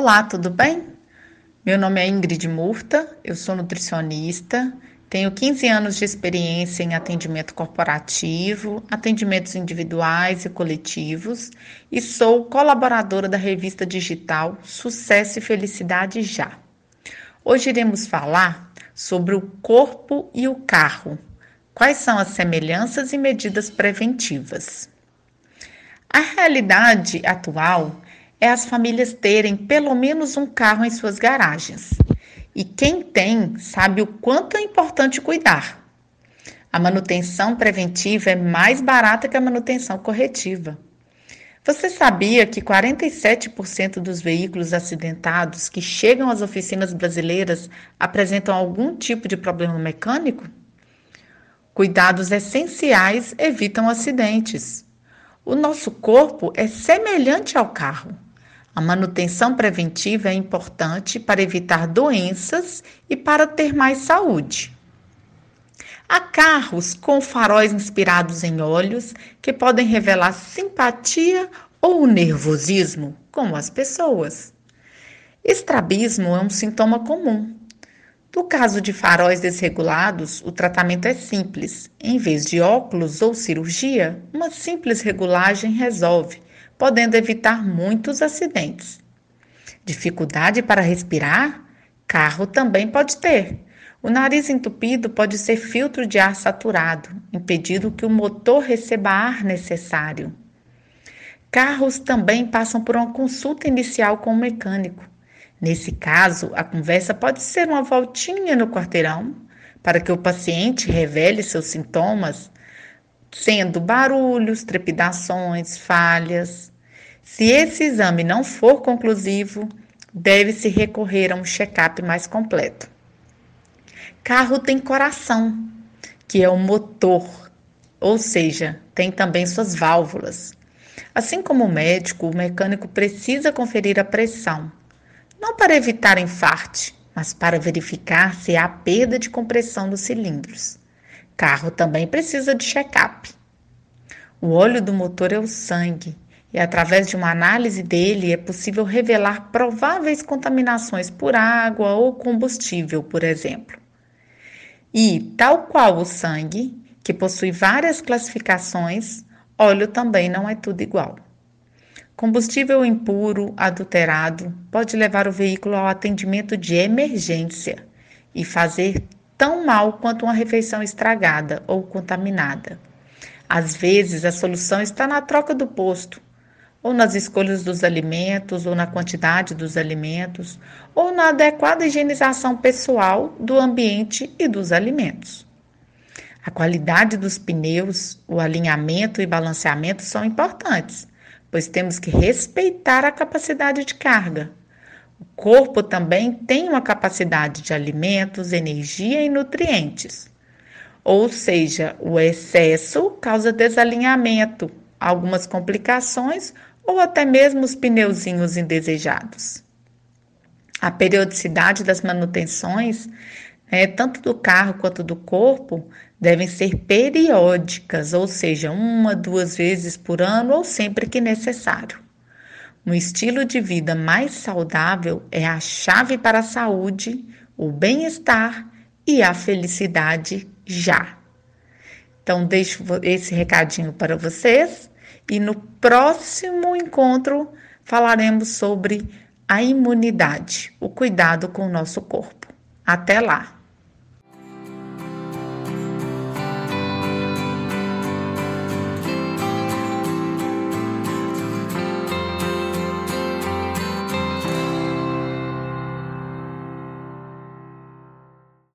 Olá, tudo bem? Meu nome é Ingrid Murta, eu sou nutricionista, tenho 15 anos de experiência em atendimento corporativo, atendimentos individuais e coletivos e sou colaboradora da revista digital Sucesso e Felicidade Já. Hoje iremos falar sobre o corpo e o carro. Quais são as semelhanças e medidas preventivas? A realidade atual é as famílias terem pelo menos um carro em suas garagens. E quem tem sabe o quanto é importante cuidar. A manutenção preventiva é mais barata que a manutenção corretiva. Você sabia que 47% dos veículos acidentados que chegam às oficinas brasileiras apresentam algum tipo de problema mecânico? Cuidados essenciais evitam acidentes. O nosso corpo é semelhante ao carro. A manutenção preventiva é importante para evitar doenças e para ter mais saúde. Há carros com faróis inspirados em óleos que podem revelar simpatia ou nervosismo com as pessoas. Estrabismo é um sintoma comum. No caso de faróis desregulados, o tratamento é simples. Em vez de óculos ou cirurgia, uma simples regulagem resolve, podendo evitar muitos acidentes. Dificuldade para respirar? Carro também pode ter. O nariz entupido pode ser filtro de ar saturado, impedindo que o motor receba ar necessário. Carros também passam por uma consulta inicial com o mecânico. Nesse caso, a conversa pode ser uma voltinha no quarteirão, para que o paciente revele seus sintomas, sendo barulhos, trepidações, falhas. Se esse exame não for conclusivo, deve-se recorrer a um check-up mais completo. Carro tem coração, que é o motor, ou seja, tem também suas válvulas. Assim como o médico, o mecânico precisa conferir a pressão, não para evitar infarte, mas para verificar se há perda de compressão dos cilindros. Carro também precisa de check-up. O óleo do motor é o sangue, e através de uma análise dele é possível revelar prováveis contaminações por água ou combustível, por exemplo. E, tal qual o sangue, que possui várias classificações, óleo também não é tudo igual. Combustível impuro, adulterado, pode levar o veículo ao atendimento de emergência e fazer tão mal quanto uma refeição estragada ou contaminada. Às vezes, a solução está na troca do posto, ou nas escolhas dos alimentos, ou na quantidade dos alimentos, ou na adequada higienização pessoal do ambiente e dos alimentos. A qualidade dos pneus, o alinhamento e balanceamento são importantes, pois temos que respeitar a capacidade de carga. O corpo também tem uma capacidade de alimentos, energia e nutrientes. Ou seja, o excesso causa desalinhamento, algumas complicações ou até mesmo os pneuzinhos indesejados. A periodicidade das manutenções, tanto do carro quanto do corpo, devem ser periódicas, ou seja, 1, 2 vezes por ano ou sempre que necessário. Um estilo de vida mais saudável é a chave para a saúde, o bem-estar e a felicidade já. Então, deixo esse recadinho para vocês e no próximo encontro falaremos sobre a imunidade, o cuidado com o nosso corpo. Até lá!